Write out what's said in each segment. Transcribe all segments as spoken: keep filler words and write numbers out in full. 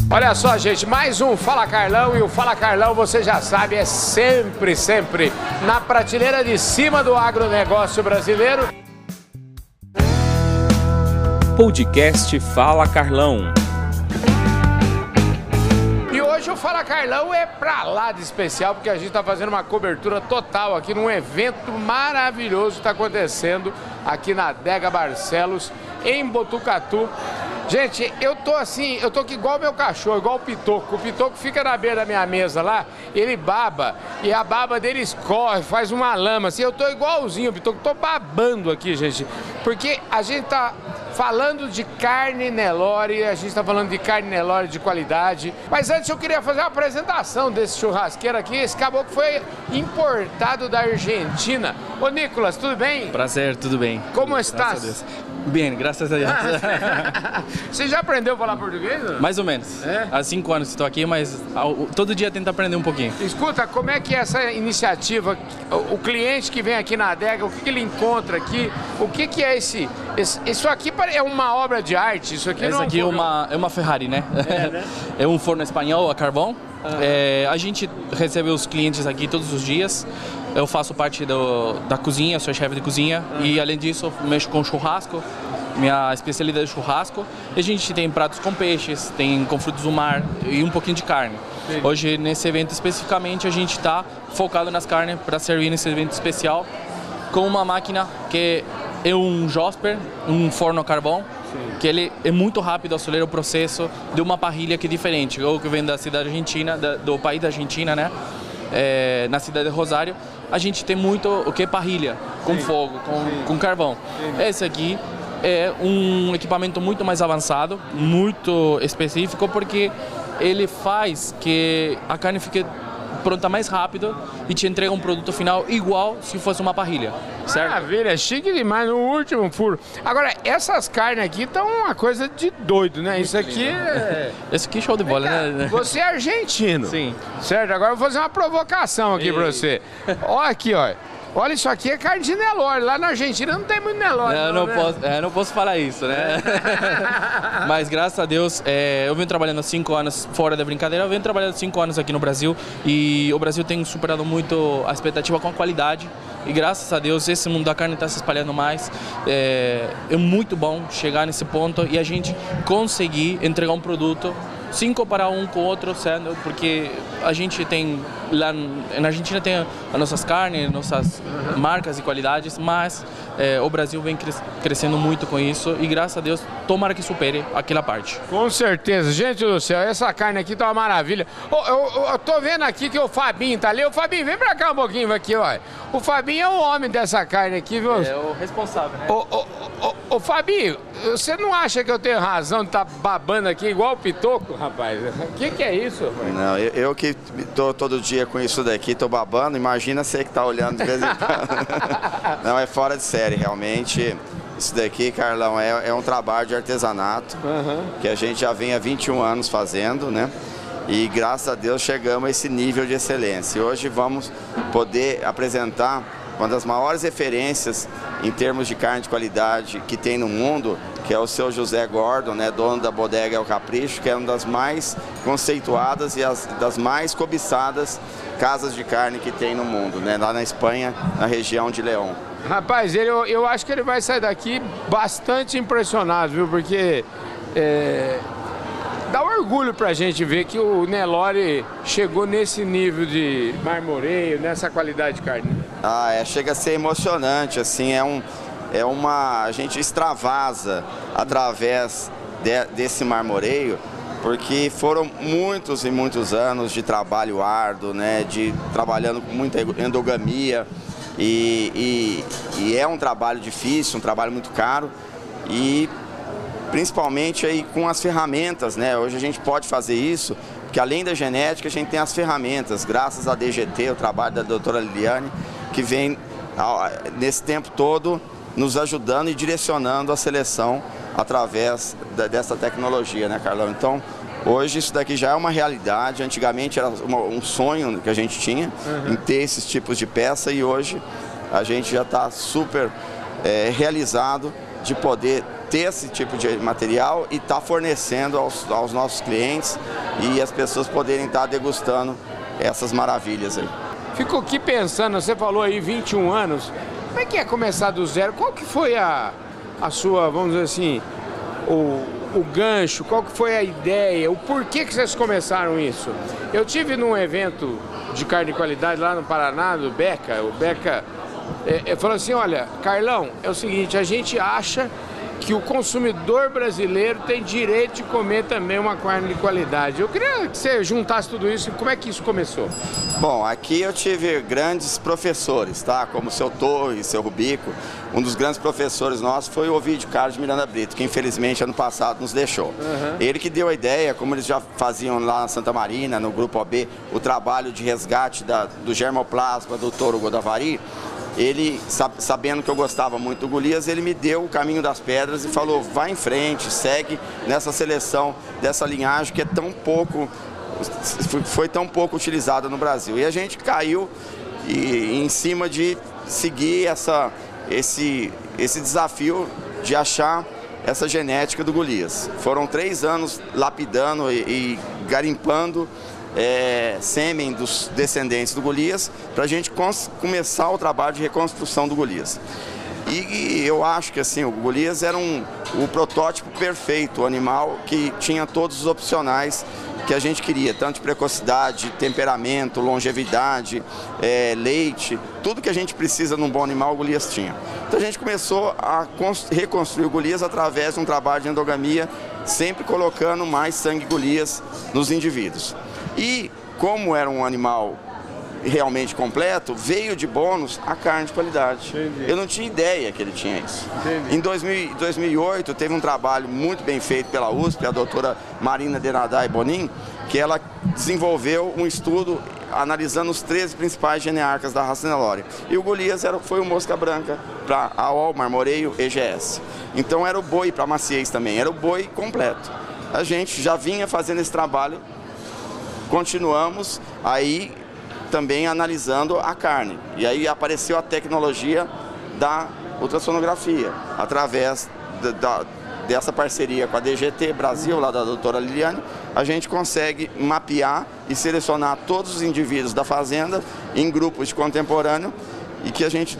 Olha só, gente, mais um Fala Carlão, e o Fala Carlão, você já sabe, é sempre, sempre na prateleira de cima do agronegócio brasileiro. Podcast Fala Carlão. E hoje o Fala Carlão é pra lá de especial, porque a gente tá fazendo uma cobertura total aqui num evento maravilhoso que tá acontecendo aqui na Adega Barcelos, em Botucatu. Gente, eu tô assim, eu tô aqui igual meu cachorro, igual o Pitoco. O Pitoco fica na beira da minha mesa lá, ele baba, e a baba dele escorre, faz uma lama, assim. Eu tô igualzinho o Pitoco, tô babando aqui, gente, porque a gente tá falando de carne Nelore, a gente tá falando de carne Nelore de qualidade. Mas antes eu queria fazer uma apresentação desse churrasqueiro aqui. Esse caboclo foi importado da Argentina. Ô Nicolas, tudo bem? Prazer, tudo bem. Como estás? Bem, graças a Deus. Você já aprendeu a falar português? Não? Mais ou menos. É? Há cinco anos que estou aqui, mas todo dia tento aprender um pouquinho. Escuta, como é que é essa iniciativa? O cliente que vem aqui na adega, o que, que ele encontra aqui? O que, que é esse, esse... Isso aqui é uma obra de arte? Isso aqui Essa não é um aqui é uma, é uma Ferrari, né? É, né? É um forno espanhol a carvão. Uhum. É, a gente recebe os clientes aqui todos os dias. Eu faço parte do, da cozinha, sou chefe de cozinha. Uhum. E além disso, mexo com churrasco. Minha especialidade é churrasco. E a gente tem pratos com peixes, tem com frutos do mar e um pouquinho de carne. Sim. Hoje, nesse evento especificamente, a gente está focado nas carnes para servir nesse evento especial com uma máquina que é um Josper, um forno a carvão. Sim. Que ele é muito rápido, acelera o processo de uma parrilha que é diferente. Eu que venho da cidade argentina, da, do país da Argentina, né? É, na cidade de Rosário, a gente tem muito o que é parrilha, com Sim. fogo, com, com carvão. Sim. Esse aqui é um equipamento muito mais avançado, muito específico, porque ele faz que a carne fique pronta mais rápido e te entrega um produto final igual se fosse uma parrilha, certo? Maravilha, chique demais, no último furo. Agora, essas carnes aqui estão uma coisa de doido, né? Muito Isso aqui lindo. é... Esse aqui é show de bola, cá, né? Você é argentino. Sim. Certo? Agora eu vou fazer uma provocação aqui Ei. pra você. Olha aqui, ó. Olha, isso aqui é carne de Nelore. Lá na Argentina não tem muito Nelore. Não, não, não, né? posso, é, não posso falar isso, né? Mas graças a Deus, é, eu venho trabalhando cinco anos, fora da brincadeira, eu venho trabalhando cinco anos aqui no Brasil. E o Brasil tem superado muito a expectativa com a qualidade. E graças a Deus, esse mundo da carne está se espalhando mais. É, é muito bom chegar nesse ponto e a gente conseguir entregar um produto sem comparar um com o outro, sendo porque a gente tem lá na Argentina tem as nossas carnes, nossas marcas e qualidades, mas é, o Brasil vem cres crescendo muito com isso e graças a Deus tomara que supere aquela parte. Com certeza, gente do céu, essa carne aqui tá uma maravilha. Oh, eu, eu, eu tô vendo aqui que o Fabinho tá ali. O Fabinho, vem pra cá um pouquinho aqui, ó. O Fabinho é o homem dessa carne aqui, viu? É o responsável, né? Ô, ô, ô, ô, Fabinho, você não acha que eu tenho razão de estar tá babando aqui igual o Pitoco, rapaz? O que que é isso, rapaz? Não, eu, eu que tô todo dia com isso daqui, tô babando, imagina você que tá olhando de vez em quando. Não, é fora de série, realmente. Isso daqui, Carlão, é, é um trabalho de artesanato, uhum. que a gente já vem há vinte e um anos fazendo, né? E graças a Deus chegamos a esse nível de excelência. E hoje vamos poder apresentar uma das maiores referências em termos de carne de qualidade que tem no mundo, que é o seu José Gordon, né, dono da bodega El Capricho, que é uma das mais conceituadas e as, das mais cobiçadas casas de carne que tem no mundo, né, lá na Espanha, na região de León. Rapaz, ele, eu, eu acho que ele vai sair daqui bastante impressionado, viu, porque é, dá orgulho pra gente ver que o Nelore chegou nesse nível de marmoreio, nessa qualidade de carne. Ah, é, chega a ser emocionante, assim, é um, é uma, a gente extravasa através de, desse marmoreio, porque foram muitos e muitos anos de trabalho árduo, né, de trabalhando com muita endogamia, e, e, e é um trabalho difícil, um trabalho muito caro, e principalmente aí com as ferramentas, né, hoje a gente pode fazer isso, porque além da genética a gente tem as ferramentas, graças à D G T, o trabalho da doutora Liliane, que vem nesse tempo todo nos ajudando e direcionando a seleção através da, dessa tecnologia, né, Carlão? Então, hoje isso daqui já é uma realidade. Antigamente era uma, um sonho que a gente tinha, uhum. em ter esses tipos de peça, e hoje a gente já está super é, realizado de poder ter esse tipo de material e estar tá fornecendo aos, aos nossos clientes e as pessoas poderem estar tá degustando essas maravilhas aí. Fico aqui pensando, você falou aí vinte e um anos, como é que é começar do zero? Qual que foi a, a sua, vamos dizer assim, o, o gancho, qual que foi a ideia, o porquê que vocês começaram isso? Eu tive num evento de carne de qualidade lá no Paraná, do Beca, o Beca é, é, falou assim, olha, Carlão, é o seguinte, a gente acha que o consumidor brasileiro tem direito de comer também uma carne de qualidade. Eu queria que você juntasse tudo isso, como é que isso começou? Bom, aqui eu tive grandes professores, tá? Como o seu Torres, seu Rubico. Um dos grandes professores nossos foi o Ovidio Carlos de Miranda Brito, que infelizmente ano passado nos deixou. Uhum. Ele que deu a ideia, como eles já faziam lá na Santa Marina, no Grupo O B, o trabalho de resgate da, do germoplasma do touro Godavari. Ele, sabendo que eu gostava muito do Golias, ele me deu o caminho das pedras e falou, vai em frente, segue nessa seleção dessa linhagem que é tão pouco, foi tão pouco utilizada no Brasil. E a gente caiu e, em cima de seguir essa, esse, esse desafio de achar essa genética do Golias. Foram três anos lapidando e, e garimpando É, sêmen dos descendentes do Golias para a gente começar o trabalho de reconstrução do Golias. E, e eu acho que assim, o Golias era um, o protótipo perfeito, o animal que tinha todos os opcionais que a gente queria, tanto de precocidade, temperamento, longevidade, é, leite, tudo que a gente precisa num bom animal, o Golias tinha. Então a gente começou a reconstruir o Golias através de um trabalho de endogamia, sempre colocando mais sangue Golias nos indivíduos. E como era um animal realmente completo, veio de bônus a carne de qualidade. Entendi. Eu não tinha ideia que ele tinha isso. Entendi. Em dois mil e oito teve um trabalho muito bem feito pela U S P, a doutora Marina Denadai Bonin, que ela desenvolveu um estudo analisando os treze principais genearcas da raça Nelore. E o Golias era, foi o mosca branca para A O L, marmoreio, E G S. Então era o boi para maciez também, era o boi completo. A gente já vinha fazendo esse trabalho, continuamos aí também analisando a carne. E aí apareceu a tecnologia da ultrassonografia, através da, da, dessa parceria com a D G T Brasil, lá da doutora Liliane, a gente consegue mapear e selecionar todos os indivíduos da fazenda em grupos de contemporâneo e que a gente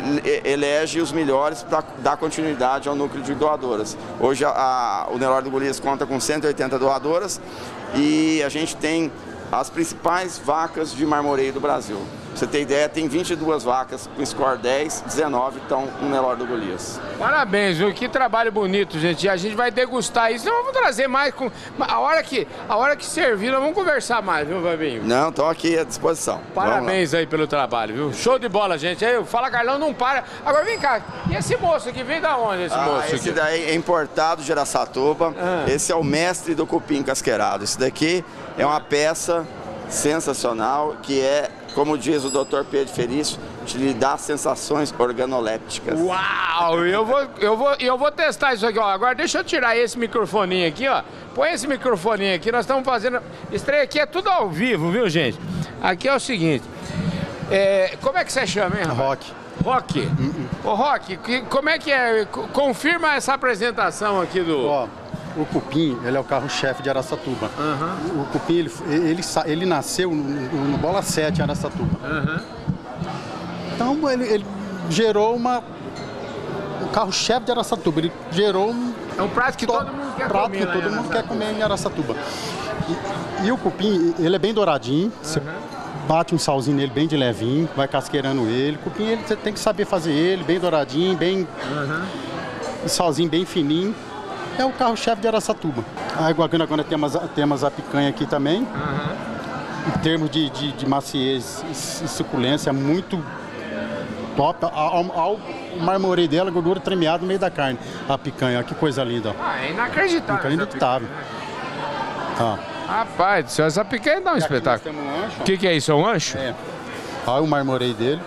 elege os melhores para dar continuidade ao núcleo de doadoras. Hoje a, a, o Nelore do Golias conta com cento e oitenta doadoras e a gente tem as principais vacas de marmoreio do Brasil. Pra você ter ideia, tem vinte e duas vacas com score dez, dezenove estão no Nelore do Golias. Parabéns, viu? Que trabalho bonito, gente. E a gente vai degustar isso. Nós vamos trazer mais com... A hora que, a hora que servir, nós vamos conversar mais, viu, Fabinho? Não, estão aqui à disposição. Parabéns aí pelo trabalho, viu? Show de bola, gente. Aí, Fala Carlão não para. Agora vem cá, e esse moço aqui, vem da onde esse ah, moço esse aqui? daí é importado de Araçatuba. Ah. Esse é o mestre do cupim casqueirado. Esse daqui é uma peça sensacional, que é, como diz o doutor Pedro Felício, te lhe dá sensações organolépticas. Uau! Eu vou, eu, vou, eu vou testar isso aqui, ó. Agora deixa eu tirar esse microfoninho aqui, ó. Põe esse microfoninho aqui, nós estamos fazendo... Estreia aqui é tudo ao vivo, viu, gente? Aqui é o seguinte, é... como é que você chama, hein, rapaz? Rock. Rock? Uh-uh. Ô, Rock, que, como é que é? Confirma essa apresentação aqui do... Ó. O cupim, ele é o carro-chefe de Araçatuba. Uhum. O cupim, ele, ele, ele nasceu no, no Bola sete em Araçatuba. Uhum. Então, ele, ele gerou uma... O carro-chefe de Araçatuba, ele gerou um... É um prato que todo mundo quer prato comer. Prato que todo mundo quer comer em Araçatuba. E, e o cupim, ele é bem douradinho. Uhum. Você bate um salzinho nele bem de levinho, vai casqueirando ele. O cupim, ele, você tem que saber fazer ele, bem douradinho, bem... Uhum. Um salzinho bem fininho. É o carro-chefe de Araçatuba. A Iguaguana agora temos, temos a picanha aqui também. Uhum. Em termos de, de, de maciez e suculência, é muito top. Ao, ao marmoreio dela, a gordura tremeada no meio da carne. A picanha, que coisa linda. Ah, é inacreditável. Inacreditável. Ah. Rapaz, essa picanha dá um e espetáculo. O um que, que é isso? É um ancho? É. Olha o marmoreio dele.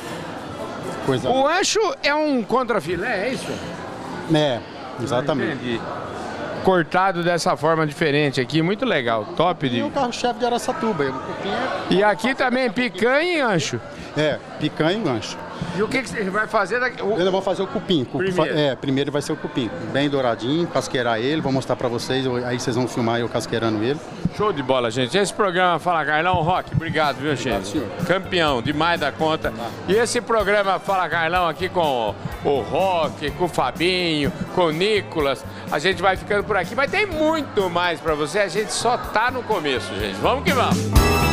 Coisa o ancho é um contrafilé, é isso? É. Exatamente. Entendi. Cortado dessa forma diferente aqui, muito legal, top de... E o carro-chefe de Araçatuba. E aqui também picanha e ancho. É, picanha e lanche. E o que, que você vai fazer daqui? O... Ainda vamos fazer o cupim. Primeiro. É, primeiro vai ser o cupim. Bem douradinho, casqueirar ele, vou mostrar pra vocês, aí vocês vão filmar eu casqueirando ele. Show de bola, gente. Esse programa Fala Carlão, Rock, obrigado, viu, Obrigado, gente? senhor. Campeão, demais da conta. E esse programa Fala Carlão aqui com o Rock, com o Fabinho, com o Nicolas, a gente vai ficando por aqui, mas tem muito mais pra você, a gente só tá no começo, gente. Vamos que vamos!